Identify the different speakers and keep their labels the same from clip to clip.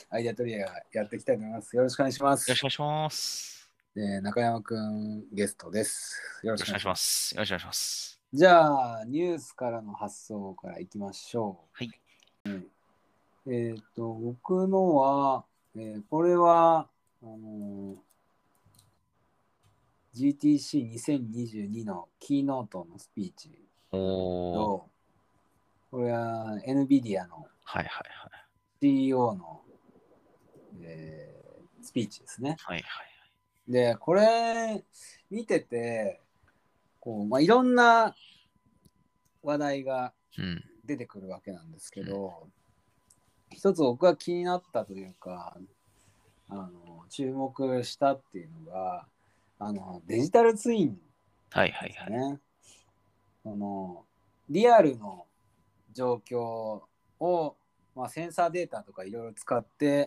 Speaker 1: アイデアトリアやっていきたいと思います。よろしくお願いします。
Speaker 2: よろしくお願いします。
Speaker 1: 中山くんゲストです。よろしくお願いします。
Speaker 2: よろしくお願いします。
Speaker 1: じゃあ、ニュースからの発想からいきましょ
Speaker 2: はい。
Speaker 1: 僕のは、これは、GTC2022 のキーノートのスピーチと、これは NVIDIA の CEO の、スピーチですね。で、これ見てて、いろんな話題が出てくるわけなんですけど、一つ僕が気になったというか、注目したっていうのが、デジタルツインですね。リアルの状況を、センサーデータとかいろいろ使って、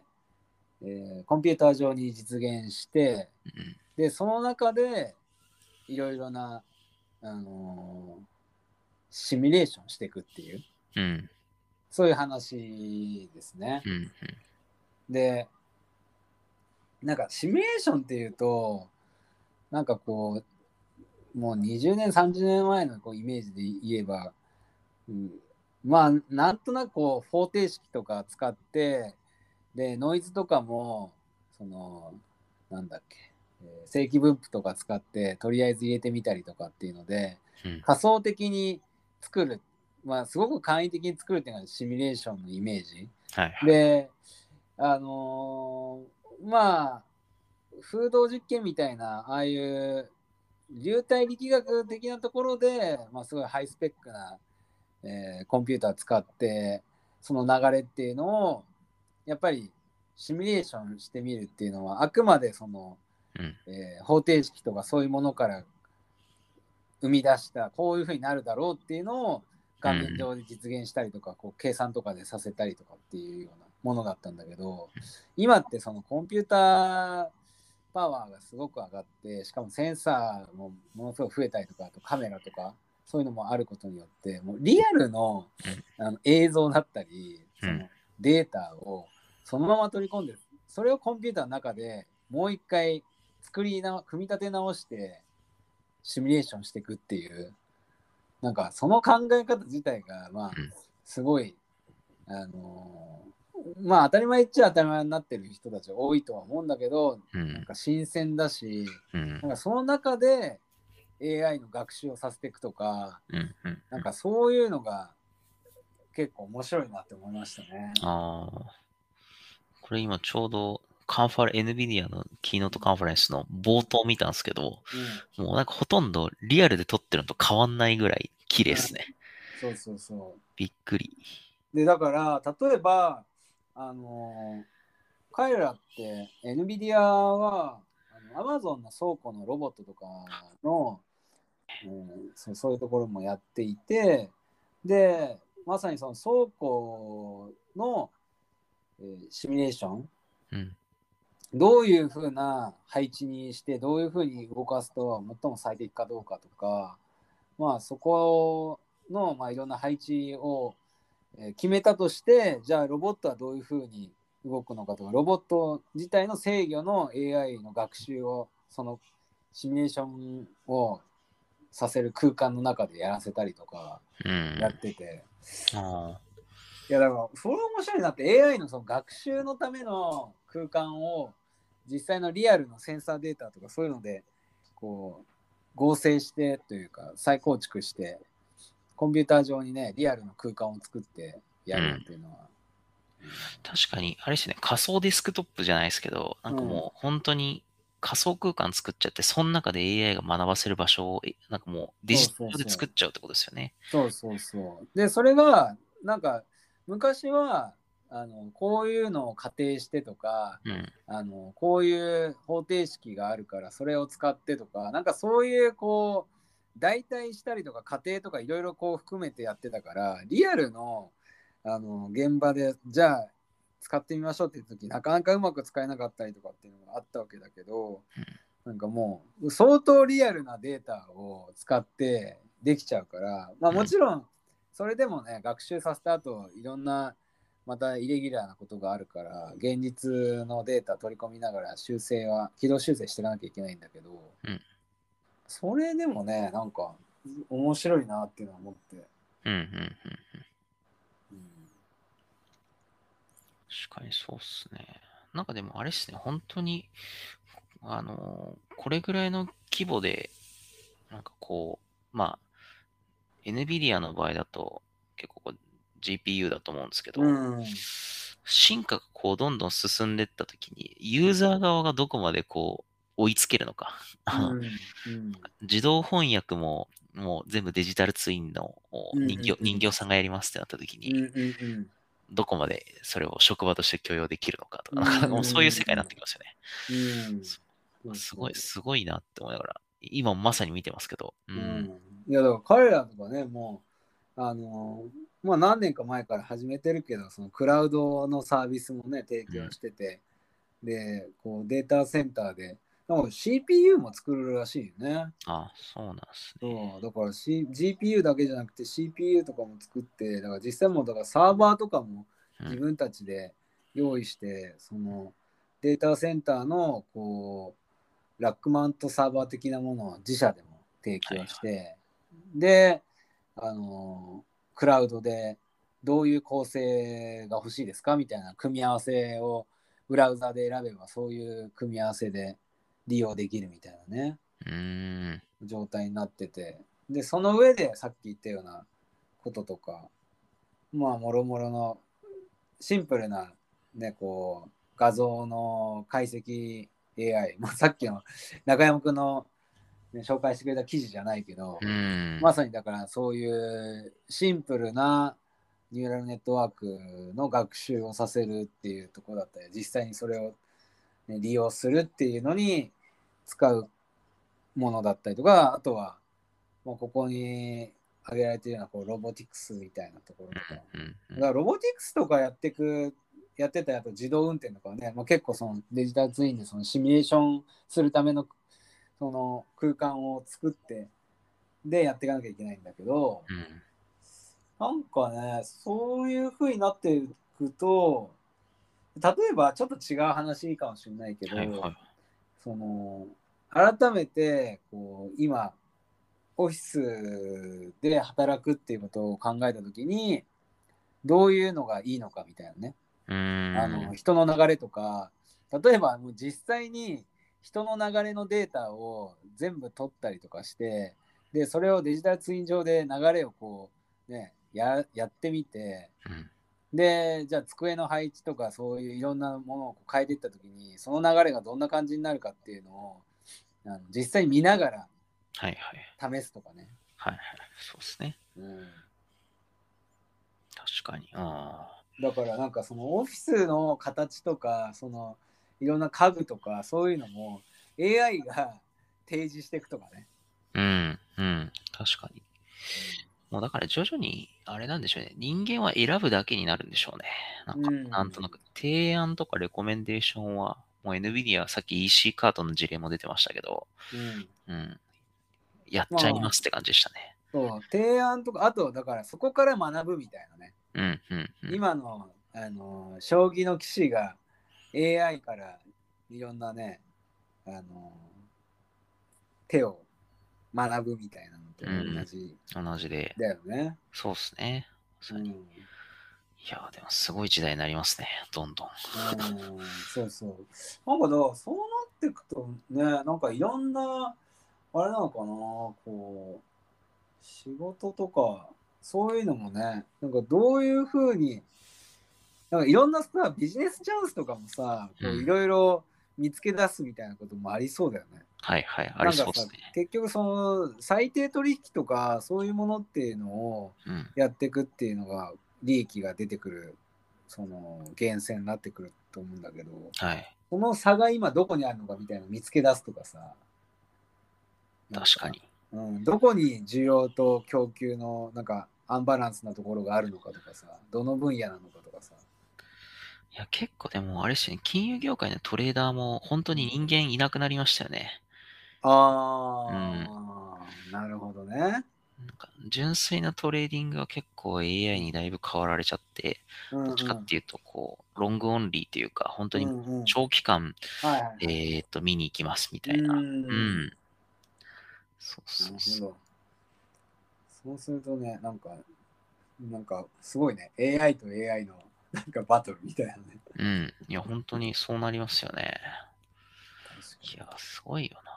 Speaker 1: コンピューター上に実現して、でその中でいろいろな、シミュレーションしていくっていう、そういう話ですね。で、なんかシミュレーションっていうと、なんかこうもう20年30年前のイメージで言えば、なんとなく方程式とか使って、でノイズとかもなんだっけ、正規分布とか使ってとりあえず入れてみたりとかっていうので、仮想的に作る、すごく簡易的に作るっていうのがシミュレーションのイメージ、で風洞実験みたいなああいう流体力学的なところで、すごいハイスペックな、コンピューター使ってその流れっていうのをやっぱりシミュレーションしてみるっていうのは、あくまでその、方程式とかそういうものから生み出したこういうふうになるだろうっていうのを画面上で実現したりとか、計算とかでさせたりとかっていうようなものだったんだけど、今ってそのコンピューターパワーがすごく上がって、しかもセンサーもものすごく増えたりとか、あとカメラとかそういうのもあることによって、もうリアルの、映像だったりそのデータをそのまま取り込んで、それをコンピューターの中でもう一回組み立て直してシミュレーションしていくっていう、なんかその考え方自体がすごい当たり前っちゃ当たり前になってる人たち多いとは思うんだけど、なんか新鮮だし、なんかその中で AI の学習をさせていくとか、なんかそういうのが結構面白いなって思いましたね。
Speaker 2: これ今ちょうどNVIDIA のキーノートカンファレンスの冒頭見たんですけど、もうなんかほとんどリアルで撮ってるのと変わんないぐらい綺麗ですね。
Speaker 1: そうそうそう。
Speaker 2: びっくり。
Speaker 1: で、だから例えば彼らって NVIDIA はAmazon の倉庫のロボットとかの、そういうところもやっていて、でまさにその倉庫の、シミュレーション、どういうふうな配置にしてどういうふうに動かすと最も最適かどうかとか、そこの、いろんな配置を、決めたとして、じゃあロボットはどういうふうに動くのかとか、ロボット自体の制御の AI の学習をそのシミュレーションをさせる空間の中でやらせたりとかやってて、いやだからそれ面白いなって、 AI のその学習のための空間を実際のリアルのセンサーデータとかそういうので合成してというか再構築してコンピューター上にねリアルの空間を作ってやるっていうのは、
Speaker 2: 確かにあれですね、仮想デスクトップじゃないですけど、なんかもう本当に仮想空間作っちゃって、その中で AI が学ばせる場所をなんかもうデジタルで作っちゃうってことですよね。
Speaker 1: そうでそれがなんか昔はこういうのを仮定してとか、こういう方程式があるからそれを使ってとか、なんかそういう代替したりとか仮定とかいろいろ含めてやってたから、リアルの現場でじゃあ使ってみましょうっていう時なかなかうまく使えなかったりとかっていうのがあったわけだけど、なんかもう相当リアルなデータを使ってできちゃうから、もちろんそれでもね学習させた後いろんなまたイレギュラーなことがあるから、現実のデータ取り込みながら軌道修正していかなきゃいけないんだけど、
Speaker 2: うん。
Speaker 1: それでもね、なんか面白いなっていうのは思って。
Speaker 2: うん。うん。うん。
Speaker 1: うん
Speaker 2: 確かにそうっすね。なんかでもあれっすね、本当に、これぐらいの規模で、なんかこう、まあ、NVIDIA の場合だと、結構こう GPU だと思うんですけ
Speaker 1: う
Speaker 2: ど、
Speaker 1: ん。
Speaker 2: 進化がこうどんどん進んでいったときに、ユーザー側がどこまでこう追いつけるのか。
Speaker 1: うん。うん。
Speaker 2: 自動翻訳も、もう全部デジタルツインの
Speaker 1: うん。
Speaker 2: 人形さんがやりますってなったときに、
Speaker 1: うん。うん。
Speaker 2: どこまでそれを職場として許容できるのかとか、
Speaker 1: うん。
Speaker 2: なんかもうそういう世界にな
Speaker 1: うん。
Speaker 2: ってきますよね。
Speaker 1: うん。
Speaker 2: そう
Speaker 1: そうそ
Speaker 2: すごいなって思いながら、今まさに見てますけど、う
Speaker 1: う。う
Speaker 2: ん、
Speaker 1: ん。いや、だから彼らとかね、もう、まあ何年か前から始めてるけど、そのクラウドのサービスもね、提供
Speaker 2: うん、
Speaker 1: してて、で、こうデータセンターで、なんか CPU も作るらしいよね。
Speaker 2: あ、そうなんですね。
Speaker 1: そう、だから、GPU だけじゃなくて CPU とかも作って、だから実際もうだからサーバーとかも
Speaker 2: うん、
Speaker 1: 自分たちで用意して、そのデータセンターのこうラックマウントサーバー的なものを自社でも提
Speaker 2: はい、
Speaker 1: 供して、で、クラウドでどういう構成が欲しいですかみたいな組み合わせをブラウザで選べばそういう組み合わせで利用できるみたいなね。
Speaker 2: うーん、
Speaker 1: 状態になってて、で、その上でさっき言ったようなこととか、まあ、もろもろのシンプルな、ね、こう、画像の解析 AI、まあ、さっきの中山くんの、ね、紹介してくれた記事じゃないけど、
Speaker 2: うーん、
Speaker 1: まさにだからそういうシンプルなニューラルネットワークの学習をさせるっていうところだったり、実際にそれを、ね、利用するっていうのに使うものだったりとか、あとはもうここに挙げられているようなこうロボティクスみたいなところとか。
Speaker 2: うん、うん、うん。
Speaker 1: だからロボティクスとかやってたやと自動運転とかはね、まあ、結構そのデジタルツインでそのシミュレーションするためのその空間を作ってでやっていかなきゃいけないんだけど、
Speaker 2: うん。
Speaker 1: なんかね、そういう風になっていくと、例えばちょっと違う話かもしれないけ
Speaker 2: はい、
Speaker 1: ど、
Speaker 2: はい。
Speaker 1: その改めてこう今オフィスで働くっていうことを考えたときに、どういうのがいいのかみたいなね。
Speaker 2: うーん、
Speaker 1: 人の流れとか、例えばもう実際に人の流れのデータを全部取ったりとかして、で、それをデジタルツイン上で流れをこう、ね、やってみて、
Speaker 2: うん。
Speaker 1: で、じゃあ机の配置とかそういういろんなものをこう変えていったときに、その流れがどんな感じになるかっていうのを実際に見ながら
Speaker 2: はい、はい。
Speaker 1: 試すとかね。
Speaker 2: はい、はい。そうですね。
Speaker 1: うん、
Speaker 2: 確かに。あ
Speaker 1: だからなんかそのオフィスの形とかそのいろんな家具とかそういうのも AI が提示していくとかね。
Speaker 2: あ。うん、うん。確かに。もうだから徐々に、あれなんでしょうね。人間は選ぶだけになるんでしょうね。なんか、
Speaker 1: うん。
Speaker 2: なんとなく、提案とかレコメンデーションは、もう NVIDIA さっき EC カートの事例も出てましたけど、
Speaker 1: うん。
Speaker 2: うん。やっ
Speaker 1: まあ、
Speaker 2: ちゃいますって感じでしたね。
Speaker 1: そう、提案とか、あとだからそこから学ぶみたいなね。
Speaker 2: うん、うん、うん。
Speaker 1: 今の、将棋の棋士が AI からいろんなね、あの、手を学ぶみたいなのと同じ
Speaker 2: うん。同じで。
Speaker 1: だよね。
Speaker 2: そうっすね。まさに。
Speaker 1: うん。
Speaker 2: いやー、でもすごい時代になりますね。どんどん。
Speaker 1: そうそう。なんかだからそうなっていくとね、なんかいろんな、あれなのかな、こう、仕事とか、そういうのもね、なんかどういうふうに、なんかいろんなさ、ビジネスチャンスとかもさ、こうい
Speaker 2: うん。
Speaker 1: ろいろ見つけ出すみたいなこともありそうだよね。
Speaker 2: はいはい。あ
Speaker 1: なんかさ、
Speaker 2: りそうっすね。
Speaker 1: 結局その最低取引とかそういうものっていうのを
Speaker 2: うん。
Speaker 1: やっていくっていうのが利益が出てくるその源泉になってくると思うんだけど、
Speaker 2: はい。
Speaker 1: その差が今どこにあるのかみたいなのを見つけ出すとかさ、なんか、
Speaker 2: 確かに。
Speaker 1: どこに需要と供給のなんかアンバランスなところがあるのかとかさ、どの分野なのかとかさ。
Speaker 2: いや、結構でも、あれですね、金融業界のトレーダーも本当に人間いなくなりましたよね。うん。
Speaker 1: ああ、なるほどね。
Speaker 2: なんか純粋なトレーディングは結構 AI にだいぶ変わられちゃって、
Speaker 1: うん
Speaker 2: どっちかっていうと、こう、ロングオンリーというか、本当
Speaker 1: う
Speaker 2: に
Speaker 1: んうん。
Speaker 2: 長期間、
Speaker 1: はいはいはい。
Speaker 2: 見に行きますみ
Speaker 1: う
Speaker 2: たいな。う
Speaker 1: ーん。
Speaker 2: ん。そう
Speaker 1: な
Speaker 2: そうそ
Speaker 1: るほど。そうするとね、なんかすごいね。AI と AI のなんかバトルみたいなね。
Speaker 2: う。うん。いや、本当にそうなりますよね。
Speaker 1: 確かに。
Speaker 2: いや、すごいよな。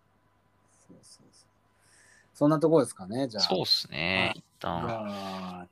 Speaker 1: そうそうそう。そんなところですかね、じゃ
Speaker 2: そうっす
Speaker 1: あ。
Speaker 2: ね。
Speaker 1: はい。じ
Speaker 2: 一旦。
Speaker 1: ゃあ、